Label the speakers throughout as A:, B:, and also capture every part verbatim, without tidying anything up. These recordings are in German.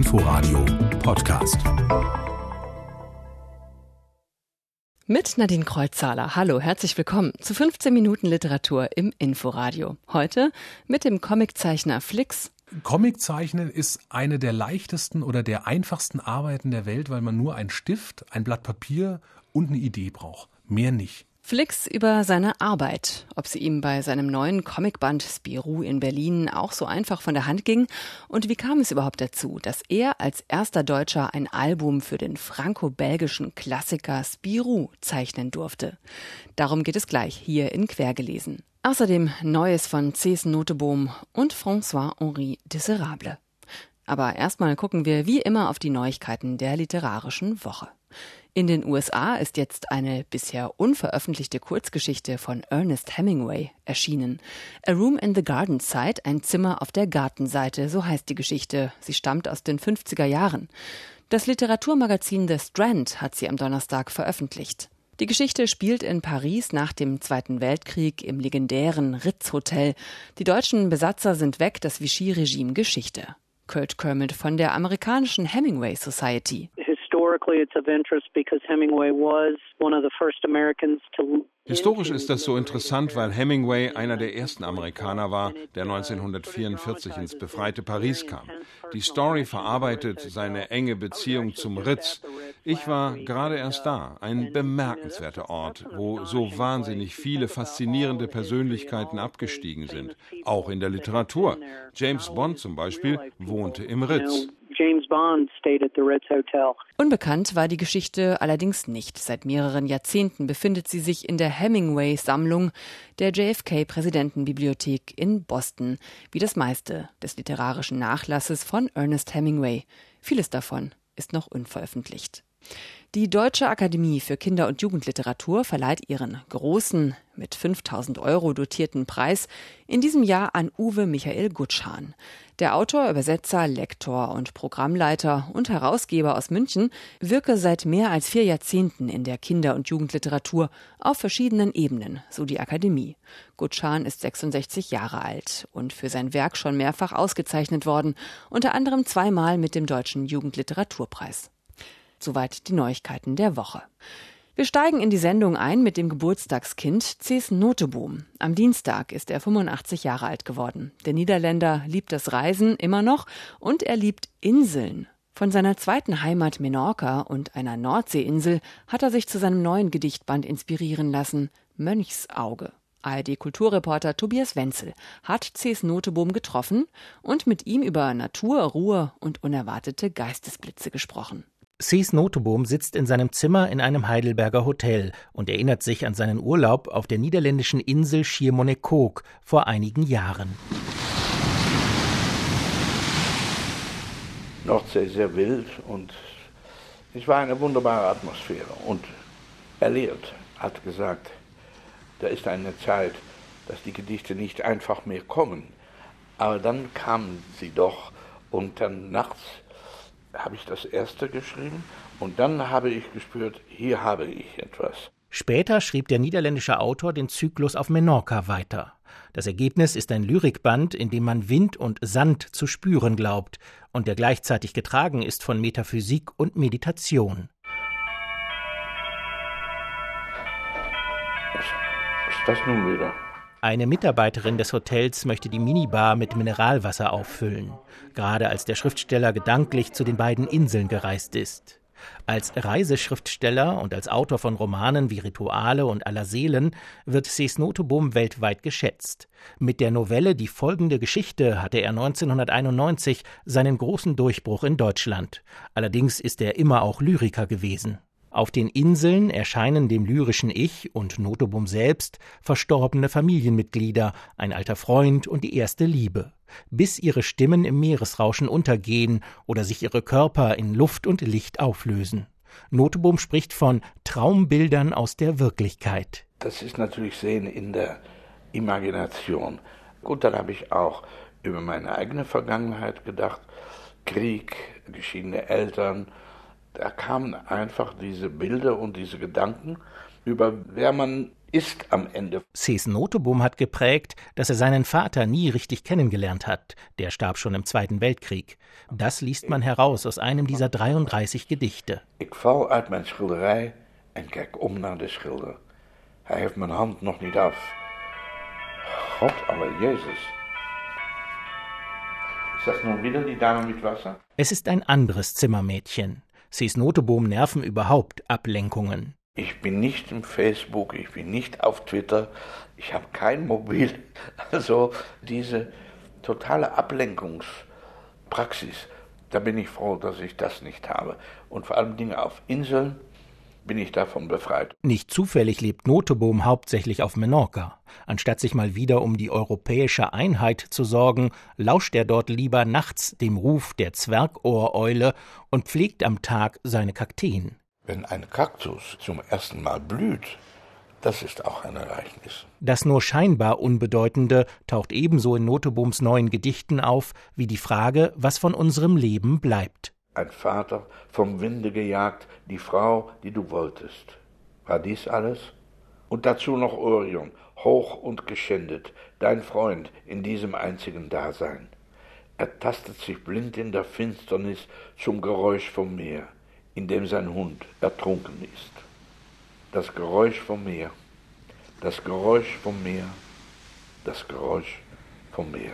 A: Inforadio Podcast.
B: Mit Nadine Kreuzzahler. Hallo, herzlich willkommen zu fünfzehn Minuten Literatur im Inforadio. Heute mit dem Comiczeichner Flix.
A: Comiczeichnen ist eine der leichtesten oder der einfachsten Arbeiten der Welt, weil man nur einen Stift, ein Blatt Papier und eine Idee braucht. Mehr nicht.
B: Flix über seine Arbeit, ob sie ihm bei seinem neuen Comicband Spirou in Berlin auch so einfach von der Hand ging und wie kam es überhaupt dazu, dass er als erster Deutscher ein Album für den franco-belgischen Klassiker Spirou zeichnen durfte. Darum geht es gleich hier in Quergelesen. Außerdem Neues von Cees Nooteboom und François-Henri Disserable. Aber erstmal gucken wir wie immer auf die Neuigkeiten der literarischen Woche. In den U S A ist jetzt eine bisher unveröffentlichte Kurzgeschichte von Ernest Hemingway erschienen. A Room in the Garden Side, ein Zimmer auf der Gartenseite, so heißt die Geschichte. Sie stammt aus den fünfziger Jahren. Das Literaturmagazin The Strand hat sie am Donnerstag veröffentlicht. Die Geschichte spielt in Paris nach dem Zweiten Weltkrieg im legendären Ritz-Hotel. Die deutschen Besatzer sind weg, das Vichy-Regime Geschichte. Kurt Kermit von der amerikanischen Hemingway Society.
C: Historisch ist das so interessant, weil Hemingway einer der ersten Amerikaner war, der neunzehnhundertvierundvierzig ins befreite Paris kam. Die Story verarbeitet seine enge Beziehung zum Ritz. Ich war gerade erst da, ein bemerkenswerter Ort, wo so wahnsinnig viele faszinierende Persönlichkeiten abgestiegen sind, auch in der Literatur. James Bond zum Beispiel wohnte im Ritz.
D: James Bond stayed at the Ritz Hotel.
B: Unbekannt war die Geschichte allerdings nicht. Seit mehreren Jahrzehnten befindet sie sich in der Hemingway-Sammlung der J F K-Präsidentenbibliothek in Boston, wie das meiste des literarischen Nachlasses von Ernest Hemingway. Vieles davon ist noch unveröffentlicht. Die Deutsche Akademie für Kinder- und Jugendliteratur verleiht ihren großen, mit fünftausend Euro dotierten Preis in diesem Jahr an Uwe Michael Gutschan. Der Autor, Übersetzer, Lektor und Programmleiter und Herausgeber aus München wirke seit mehr als vier Jahrzehnten in der Kinder- und Jugendliteratur auf verschiedenen Ebenen, so die Akademie. Gutschan ist sechsundsechzig Jahre alt und für sein Werk schon mehrfach ausgezeichnet worden, unter anderem zweimal mit dem Deutschen Jugendliteraturpreis. Soweit die Neuigkeiten der Woche. Wir steigen in die Sendung ein mit dem Geburtstagskind Cees Nooteboom. Am Dienstag ist er fünfundachtzig Jahre alt geworden. Der Niederländer liebt das Reisen immer noch und er liebt Inseln. Von seiner zweiten Heimat Menorca und einer Nordseeinsel hat er sich zu seinem neuen Gedichtband inspirieren lassen, Mönchsauge. A R D-Kulturreporter Tobias Wenzel hat Cees Nooteboom getroffen und mit ihm über Natur, Ruhe und unerwartete Geistesblitze gesprochen.
E: Cees Nooteboom sitzt in seinem Zimmer in einem Heidelberger Hotel und erinnert sich an seinen Urlaub auf der niederländischen Insel Schiermonnikoog vor einigen Jahren.
F: Nordsee sehr wild und es war eine wunderbare Atmosphäre. Und Eliot hat gesagt, da ist eine Zeit, dass die Gedichte nicht einfach mehr kommen. Aber dann kamen sie doch und dann nachts habe ich das erste geschrieben und dann habe ich gespürt, hier habe ich etwas.
E: Später schrieb der niederländische Autor den Zyklus auf Menorca weiter. Das Ergebnis ist ein Lyrikband, in dem man Wind und Sand zu spüren glaubt und der gleichzeitig getragen ist von Metaphysik und Meditation.
F: Was ist das nun wieder?
E: Eine Mitarbeiterin des Hotels möchte die Minibar mit Mineralwasser auffüllen, gerade als der Schriftsteller gedanklich zu den beiden Inseln gereist ist. Als Reiseschriftsteller und als Autor von Romanen wie Rituale und Aller Seelen wird Cees Nooteboom weltweit geschätzt. Mit der Novelle Die folgende Geschichte hatte er neunzehnhunderteinundneunzig seinen großen Durchbruch in Deutschland. Allerdings ist er immer auch Lyriker gewesen. Auf den Inseln erscheinen dem lyrischen Ich und Nooteboom selbst verstorbene Familienmitglieder, ein alter Freund und die erste Liebe, bis ihre Stimmen im Meeresrauschen untergehen oder sich ihre Körper in Luft und Licht auflösen. Nooteboom spricht von Traumbildern aus der Wirklichkeit.
F: Das ist natürlich Sehen in der Imagination. Gut, dann habe ich auch über meine eigene Vergangenheit gedacht, Krieg, geschiedene Eltern. Da kamen einfach diese Bilder und diese Gedanken über, wer man ist am Ende.
E: Cees Nooteboom hat geprägt, dass er seinen Vater nie richtig kennengelernt hat. Der starb schon im Zweiten Weltkrieg. Das liest man heraus aus einem dieser dreiunddreißig Gedichte.
F: Ik val uit mijn schilderij en kijk om naar de schilder. Hij heeft mijn hand nog niet af. Gott, aber Jesus. Ist das nun wieder die Dame mit Wasser?
E: Es ist ein anderes Zimmermädchen. Cees Nooteboom nerven überhaupt Ablenkungen.
F: Ich bin nicht im Facebook, ich bin nicht auf Twitter, ich habe kein Mobil. Also diese totale Ablenkungspraxis, da bin ich froh, dass ich das nicht habe. Und vor allem Dinge auf Inseln bin ich davon befreit.
E: Nicht zufällig lebt Nooteboom hauptsächlich auf Menorca. Anstatt sich mal wieder um die europäische Einheit zu sorgen, lauscht er dort lieber nachts dem Ruf der Zwergohreule und pflegt am Tag seine Kakteen.
F: Wenn ein Kaktus zum ersten Mal blüht, das ist auch ein Ereignis.
E: Das nur scheinbar Unbedeutende taucht ebenso in Nootebooms neuen Gedichten auf, wie die Frage, was von unserem Leben bleibt.
F: Ein Vater vom Winde gejagt, die Frau, die du wolltest. War dies alles? Und dazu noch Orion, hoch und geschändet, dein Freund in diesem einzigen Dasein. Er tastet sich blind in der Finsternis zum Geräusch vom Meer, in dem sein Hund ertrunken ist. Das Geräusch vom Meer, das Geräusch vom Meer, das Geräusch vom Meer.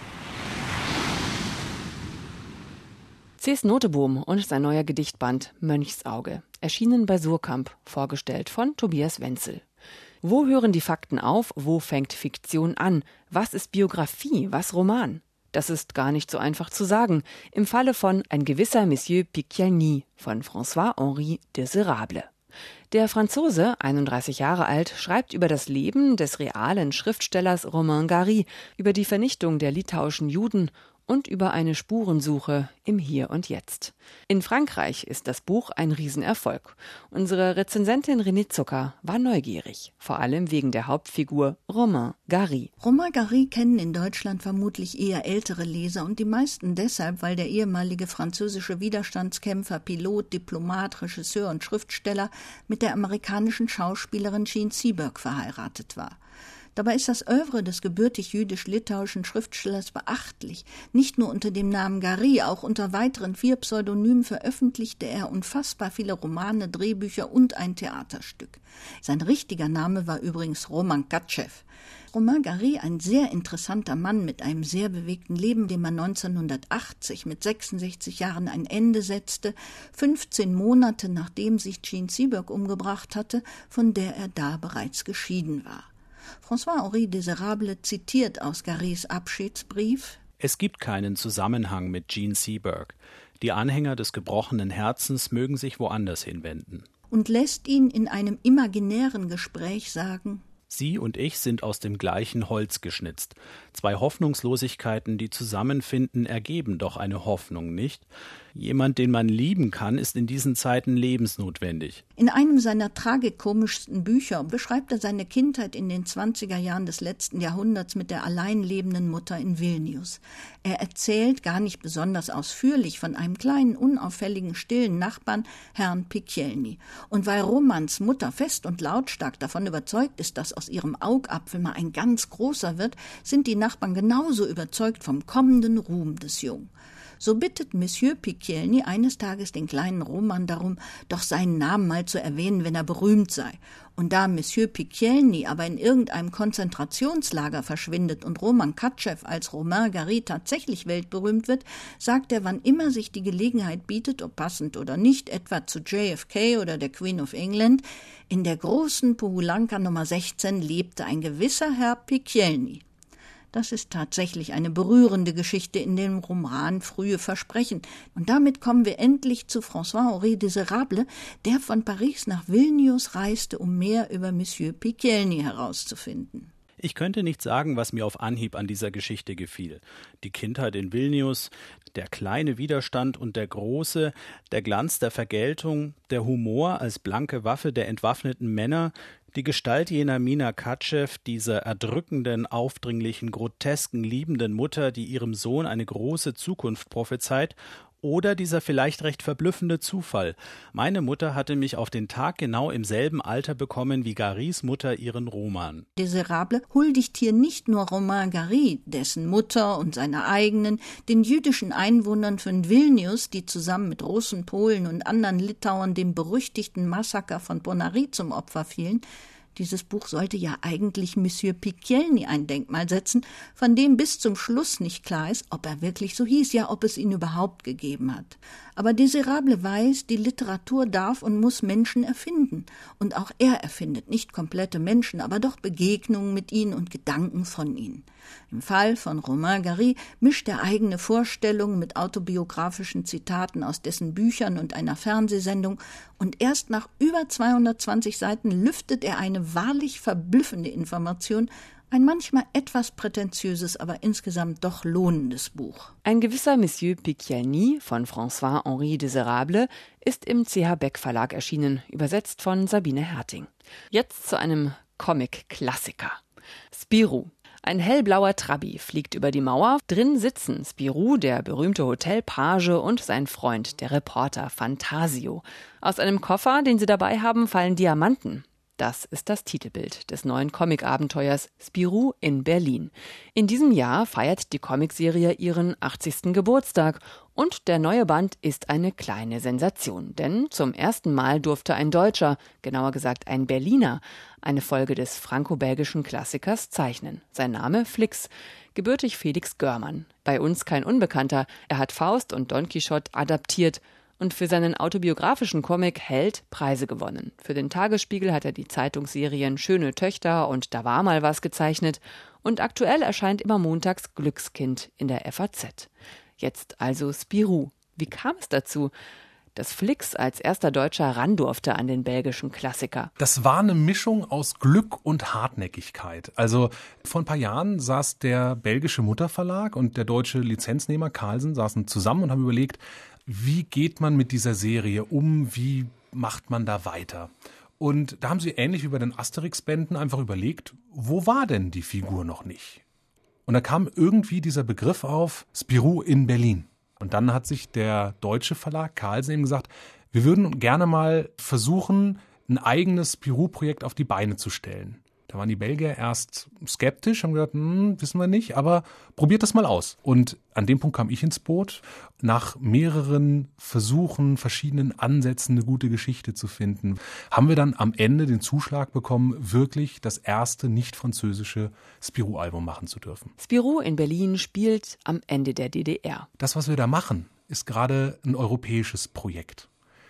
B: Cees Nooteboom und sein neuer Gedichtband Mönchsauge, erschienen bei Suhrkamp, vorgestellt von Tobias Wenzel. Wo hören die Fakten auf, wo fängt Fiktion an? Was ist Biografie, was Roman? Das ist gar nicht so einfach zu sagen. Im Falle von Ein gewisser Monsieur Piccialny von François-Henri Désirable. Der Franzose, einunddreißig Jahre alt, schreibt über das Leben des realen Schriftstellers Romain Gary, über die Vernichtung der litauischen Juden und über eine Spurensuche im Hier und Jetzt. In Frankreich ist das Buch ein Riesenerfolg. Unsere Rezensentin René Zucker war neugierig, vor allem wegen der Hauptfigur Romain Gary.
G: Romain Gary kennen in Deutschland vermutlich eher ältere Leser und die meisten deshalb, weil der ehemalige französische Widerstandskämpfer, Pilot, Diplomat, Regisseur und Schriftsteller mit der amerikanischen Schauspielerin Jean Seberg verheiratet war. Dabei ist das Œuvre des gebürtig jüdisch-litauischen Schriftstellers beachtlich. Nicht nur unter dem Namen Gary, auch unter weiteren vier Pseudonymen veröffentlichte er unfassbar viele Romane, Drehbücher und ein Theaterstück. Sein richtiger Name war übrigens Roman Katschew. Romain Gary, ein sehr interessanter Mann mit einem sehr bewegten Leben, dem er neunzehnhundertachtzig mit sechsundsechzig Jahren ein Ende setzte, fünfzehn Monate nachdem sich Jean Seberg umgebracht hatte, von der er da bereits geschieden war. François-Henri Désirable zitiert aus Garys Abschiedsbrief:
H: Es gibt keinen Zusammenhang mit Jean Seberg. Die Anhänger des gebrochenen Herzens mögen sich woanders hinwenden.
G: Und lässt ihn in einem imaginären Gespräch sagen:
H: Sie und ich sind aus dem gleichen Holz geschnitzt. Zwei Hoffnungslosigkeiten, die zusammenfinden, ergeben doch eine Hoffnung, nicht? Jemand, den man lieben kann, ist in diesen Zeiten lebensnotwendig.
G: In einem seiner tragikomischsten Bücher beschreibt er seine Kindheit in den zwanziger Jahren des letzten Jahrhunderts mit der allein lebenden Mutter in Vilnius. Er erzählt, gar nicht besonders ausführlich, von einem kleinen, unauffälligen, stillen Nachbarn, Herrn Piccialny. Und weil Romans Mutter fest und lautstark davon überzeugt ist, dass aus ihrem Augapfel mal ein ganz großer wird, sind die Nachbarn genauso überzeugt vom kommenden Ruhm des Jungen. So bittet Monsieur Piccialny eines Tages den kleinen Roman darum, doch seinen Namen mal zu erwähnen, wenn er berühmt sei. Und da Monsieur Piccialny aber in irgendeinem Konzentrationslager verschwindet und Roman Katschew als Romain Gary tatsächlich weltberühmt wird, sagt er, wann immer sich die Gelegenheit bietet, ob passend oder nicht, etwa zu J F K oder der Queen of England: In der großen Pohulanka Nummer sechzehn lebte ein gewisser Herr Piccialny. Das ist tatsächlich eine berührende Geschichte in dem Roman Frühe Versprechen. Und damit kommen wir endlich zu François-Henri Désirable, der von Paris nach Vilnius reiste, um mehr über Monsieur Piccialny herauszufinden.
H: Ich könnte nicht sagen, was mir auf Anhieb an dieser Geschichte gefiel. Die Kindheit in Vilnius, der kleine Widerstand und der große, der Glanz der Vergeltung, der Humor als blanke Waffe der entwaffneten Männer, die Gestalt jener Mina Katschew, dieser erdrückenden, aufdringlichen, grotesken, liebenden Mutter, die ihrem Sohn eine große Zukunft prophezeit, Oder dieser vielleicht recht verblüffende Zufall. Meine Mutter hatte mich auf den Tag genau im selben Alter bekommen wie Garys Mutter ihren Roman.
G: Miserable huldigt hier nicht nur Romain Gary, dessen Mutter und seine eigenen, den jüdischen Einwohnern von Vilnius, die zusammen mit Russen, Polen und anderen Litauern dem berüchtigten Massaker von Ponary zum Opfer fielen. Dieses Buch sollte ja eigentlich Monsieur Picchielny ein Denkmal setzen, von dem bis zum Schluss nicht klar ist, ob er wirklich so hieß, ja, ob es ihn überhaupt gegeben hat. Aber Miserable weiß, die Literatur darf und muss Menschen erfinden. Und auch er erfindet nicht komplette Menschen, aber doch Begegnungen mit ihnen und Gedanken von ihnen. Im Fall von Romain Gary mischt er eigene Vorstellungen mit autobiografischen Zitaten aus dessen Büchern und einer Fernsehsendung, und erst nach über zweihundertzwanzig Seiten lüftet er eine wahrlich verblüffende Information, ein manchmal etwas prätentiöses, aber insgesamt doch lohnendes Buch.
B: Ein gewisser Monsieur Picchielny von François-Henri Miserable ist im C H Beck Verlag erschienen, übersetzt von Sabine Herting. Jetzt zu einem Comic-Klassiker. Spirou. Ein hellblauer Trabi fliegt über die Mauer. Drin sitzen Spirou, der berühmte Hotelpage, und sein Freund, der Reporter Fantasio. Aus einem Koffer, den sie dabei haben, fallen Diamanten. Das ist das Titelbild des neuen Comic-Abenteuers Spirou in Berlin. In diesem Jahr feiert die Comicserie ihren achtzigsten Geburtstag und der neue Band ist eine kleine Sensation. Denn zum ersten Mal durfte ein Deutscher, genauer gesagt ein Berliner, eine Folge des franco-belgischen Klassikers zeichnen. Sein Name Flix, gebürtig Felix Görmann. Bei uns kein Unbekannter. Er hat Faust und Don Quixote adaptiert und für seinen autobiografischen Comic Held Preise gewonnen. Für den Tagesspiegel hat er die Zeitungsserien Schöne Töchter und Da war mal was gezeichnet. Und aktuell erscheint immer montags Glückskind in der F A Z. Jetzt also Spirou. Wie kam es dazu, dass Flix als erster Deutscher ran durfte an den belgischen Klassiker?
A: Das war eine Mischung aus Glück und Hartnäckigkeit. Also vor ein paar Jahren saß der belgische Mutterverlag und der deutsche Lizenznehmer Carlsen saßen zusammen und haben überlegt, wie geht man mit dieser Serie um, wie macht man da weiter? Und da haben sie ähnlich wie bei den Asterix-Bänden einfach überlegt, wo war denn die Figur noch nicht? Und da kam irgendwie dieser Begriff auf, Spirou in Berlin. Und dann hat sich der deutsche Verlag Carlsen eben gesagt, wir würden gerne mal versuchen, ein eigenes Spirou-Projekt auf die Beine zu stellen. Da waren die Belgier erst skeptisch, haben gesagt, hm, wissen wir nicht, aber probiert das mal aus. Und an dem Punkt kam ich ins Boot, nach mehreren Versuchen, verschiedenen Ansätzen eine gute Geschichte zu finden, haben wir dann am Ende den Zuschlag bekommen, wirklich das erste nicht-französische Spirou-Album machen zu dürfen.
B: Spirou in Berlin spielt am Ende der D D R.
A: Das, was wir da machen, ist gerade ein europäisches Projekt.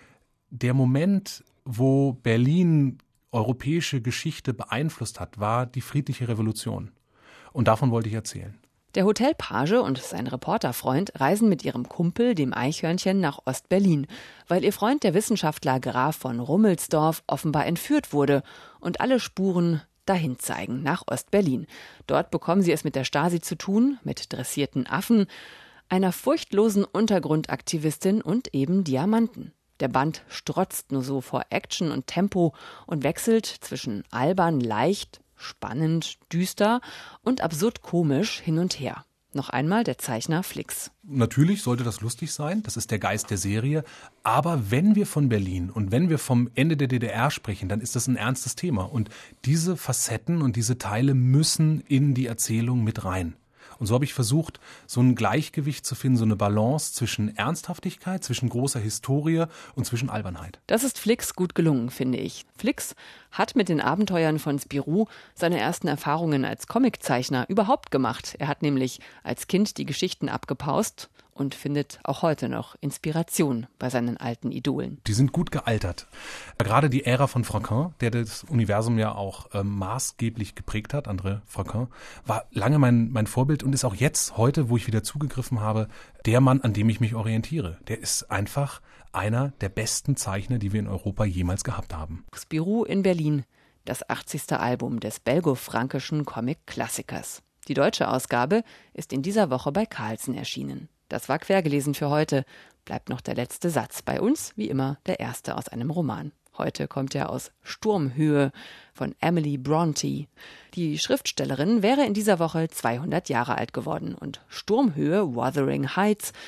A: Der Moment, wo Berlin europäische Geschichte beeinflusst hat, war die friedliche Revolution. Und davon wollte ich erzählen.
B: Der Hotelpage und sein Reporterfreund reisen mit ihrem Kumpel, dem Eichhörnchen, nach Ostberlin, weil ihr Freund, der Wissenschaftler Graf von Rummelsdorf, offenbar entführt wurde und alle Spuren dahin zeigen, nach Ostberlin. Dort bekommen sie es mit der Stasi zu tun, mit dressierten Affen, einer furchtlosen Untergrundaktivistin und eben Diamanten. Der Band strotzt nur so vor Action und Tempo und wechselt zwischen albern, leicht, spannend, düster und absurd komisch hin und her. Noch einmal der Zeichner Flix.
A: Natürlich sollte das lustig sein, das ist der Geist der Serie. Aber wenn wir von Berlin und wenn wir vom Ende der D D R sprechen, dann ist das ein ernstes Thema. Und diese Facetten und diese Teile müssen in die Erzählung mit rein. Und so habe ich versucht, so ein Gleichgewicht zu finden, so eine Balance zwischen Ernsthaftigkeit, zwischen großer Historie und zwischen Albernheit.
B: Das ist Flix gut gelungen, finde ich. Flix hat mit den Abenteuern von Spirou seine ersten Erfahrungen als Comiczeichner überhaupt gemacht. Er hat nämlich als Kind die Geschichten abgepaust und findet auch heute noch Inspiration bei seinen alten Idolen.
A: Die sind gut gealtert. Gerade die Ära von Franquin, der das Universum ja auch ähm, maßgeblich geprägt hat, André Franquin, war lange mein, mein Vorbild und ist auch jetzt, heute, wo ich wieder zugegriffen habe, der Mann, an dem ich mich orientiere. Der ist einfach einer der besten Zeichner, die wir in Europa jemals gehabt haben.
B: Spirou in Berlin, das achtzigste Album des belgo-frankischen Comic-Klassikers. Die deutsche Ausgabe ist in dieser Woche bei Carlsen erschienen. Das war Quergelesen für heute. Bleibt noch der letzte Satz. Bei uns, wie immer, der erste aus einem Roman. Heute kommt er aus Sturmhöhe von Emily Brontë. Die Schriftstellerin wäre in dieser Woche zweihundert Jahre alt geworden. Und Sturmhöhe, Wuthering Heights,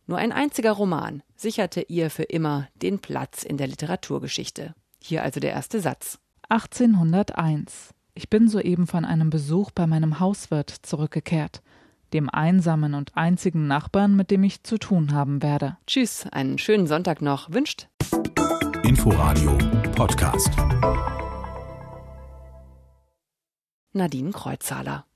B: Nur ein einziger Roman sicherte ihr für immer den Platz in der Literaturgeschichte. Hier also der erste Satz.
I: achtzehnhunderteins. Ich bin soeben von einem Besuch bei meinem Hauswirt zurückgekehrt, dem einsamen und einzigen Nachbarn, mit dem ich zu tun haben werde.
B: Tschüss, einen schönen Sonntag noch, wünscht
J: Inforadio Podcast.
B: Nadine Kreuzhaler.